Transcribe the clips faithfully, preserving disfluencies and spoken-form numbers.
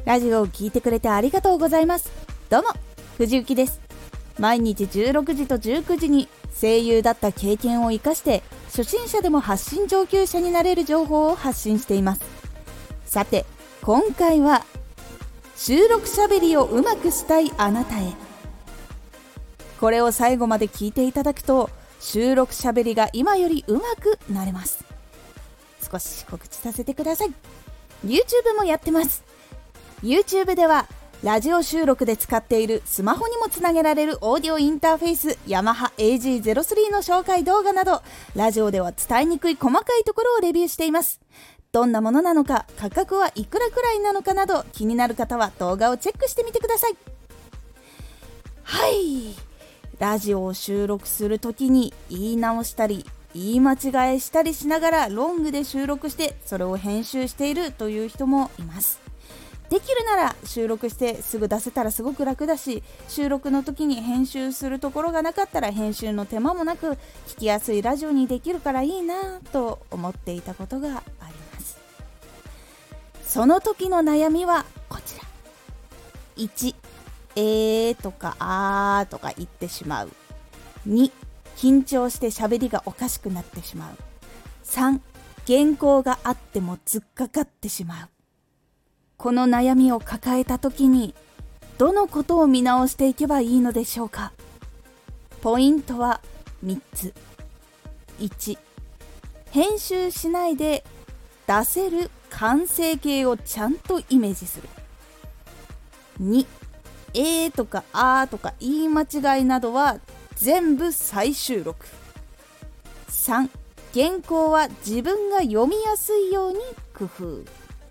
ラジオを聞いてくれてありがとうございます。どうも藤幸です。毎日じゅうろくじとじゅうくじに声優だった経験を生かして初心者でも発信上級者になれる情報を発信しています。さて今回は収録しゃべりをうまくしたいあなたへ。これを最後まで聞いていただくと収録しゃべりが今よりうまくなれます。少し告知させてください。 YouTube もやってます。 YouTube ではラジオ収録で使っているスマホにもつなげられるオーディオインターフェースヤマハ エージーゼロスリー の紹介動画など、ラジオでは伝えにくい細かいところをレビューしています。どんなものなのか、価格はいくらくらいなのかなど、気になる方は動画をチェックしてみてください。はい、ラジオを収録するときに言い直したり言い間違えしたりしながらロングで収録してそれを編集しているという人もいます。できるなら収録してすぐ出せたらすごく楽だし、収録の時に編集するところがなかったら編集の手間もなく聞きやすいラジオにできるからいいなと思っていたことがあります。その時の悩みはこちら。いち、えーとかあーとか言ってしまう。に、緊張して喋りがおかしくなってしまう。さん、原稿があっても突っかかってしまう。この悩みを抱えた時にどのことを見直していけばいいのでしょうか。ポイントはみっつ。いち、編集しないで出せる完成形をちゃんとイメージする。に、えーとかあーとか言い間違いなどは全部再収録。さん、原稿は自分が読みやすいように工夫。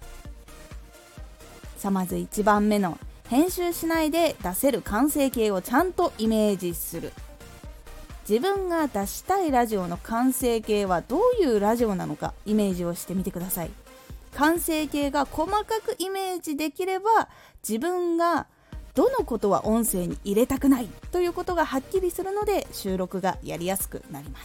さあまずいちばんめの編集しないで出せる完成形をちゃんとイメージする。自分が出したいラジオの完成形はどういうラジオなのかイメージをしてみてください。完成形が細かくイメージできれば、自分がどのことは音声に入れたくないということがはっきりするので収録がやりやすくなります。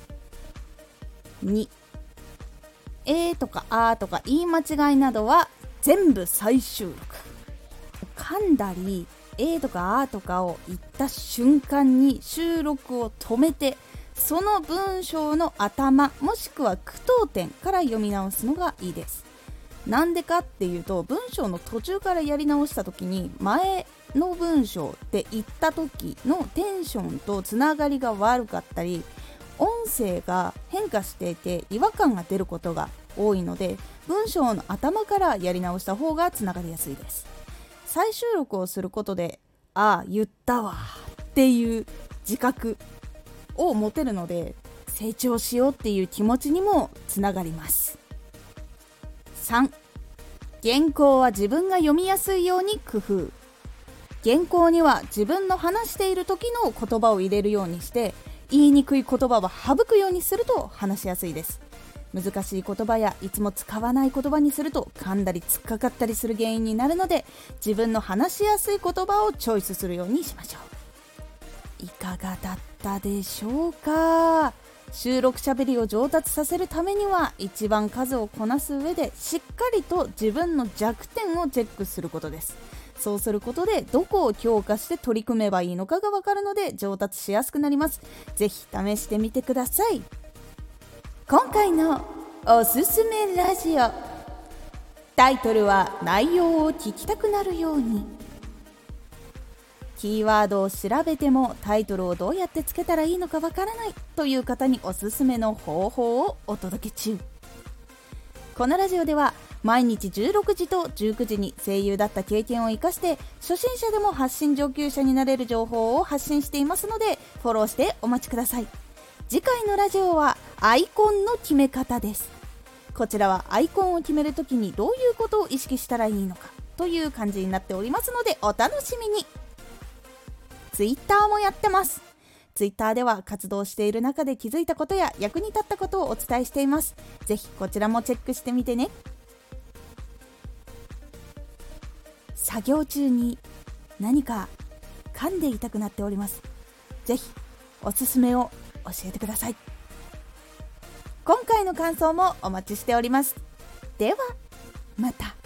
に、えーとかあーとか言い間違いなどは全部再収録。噛んだりえーとかあーとかを言った瞬間に収録を止めて、その文章の頭もしくは句読点から読み直すのがいいです。なんでかっていうと、文章の途中からやり直した時に前の文章で言った時のテンションとつながりが悪かったり、音声が変化していて違和感が出ることが多いので、文章の頭からやり直した方がつながりやすいです。再収録をすることで、ああ言ったわっていう自覚を持てるので、成長しようっていう気持ちにもつながります。さん、原稿は自分が読みやすいように工夫。原稿には自分の話している時の言葉を入れるようにして、言いにくい言葉は省くようにすると話しやすいです。難しい言葉やいつも使わない言葉にすると噛んだり突っかかったりする原因になるので、自分の話しやすい言葉をチョイスするようにしましょう。いかがだったでしょうか。収録しゃべりを上達させるためには一番数をこなす上でしっかりと自分の弱点をチェックすることです。そうすることでどこを強化して取り組めばいいのかが分かるので上達しやすくなります。ぜひ試してみてください。今回のおすすめラジオ、タイトルは内容を聞きたくなるように。キーワードを調べてもタイトルをどうやってつけたらいいのかわからないという方におすすめの方法をお届け中。このラジオでは毎日じゅうろくじとじゅうくじに声優だった経験を生かして初心者でも発信上級者になれる情報を発信していますので、フォローしてお待ちください。次回のラジオはアイコンの決め方です。こちらはアイコンを決めるときにどういうことを意識したらいいのかという感じになっておりますのでお楽しみに。ツイッターもやってます。ツイッターでは活動している中で気づいたことや役に立ったことをお伝えしています。ぜひこちらもチェックしてみてね。作業中に何か噛んでいたくなっております。ぜひおすすめを教えてください。今回の感想もお待ちしております。ではまた。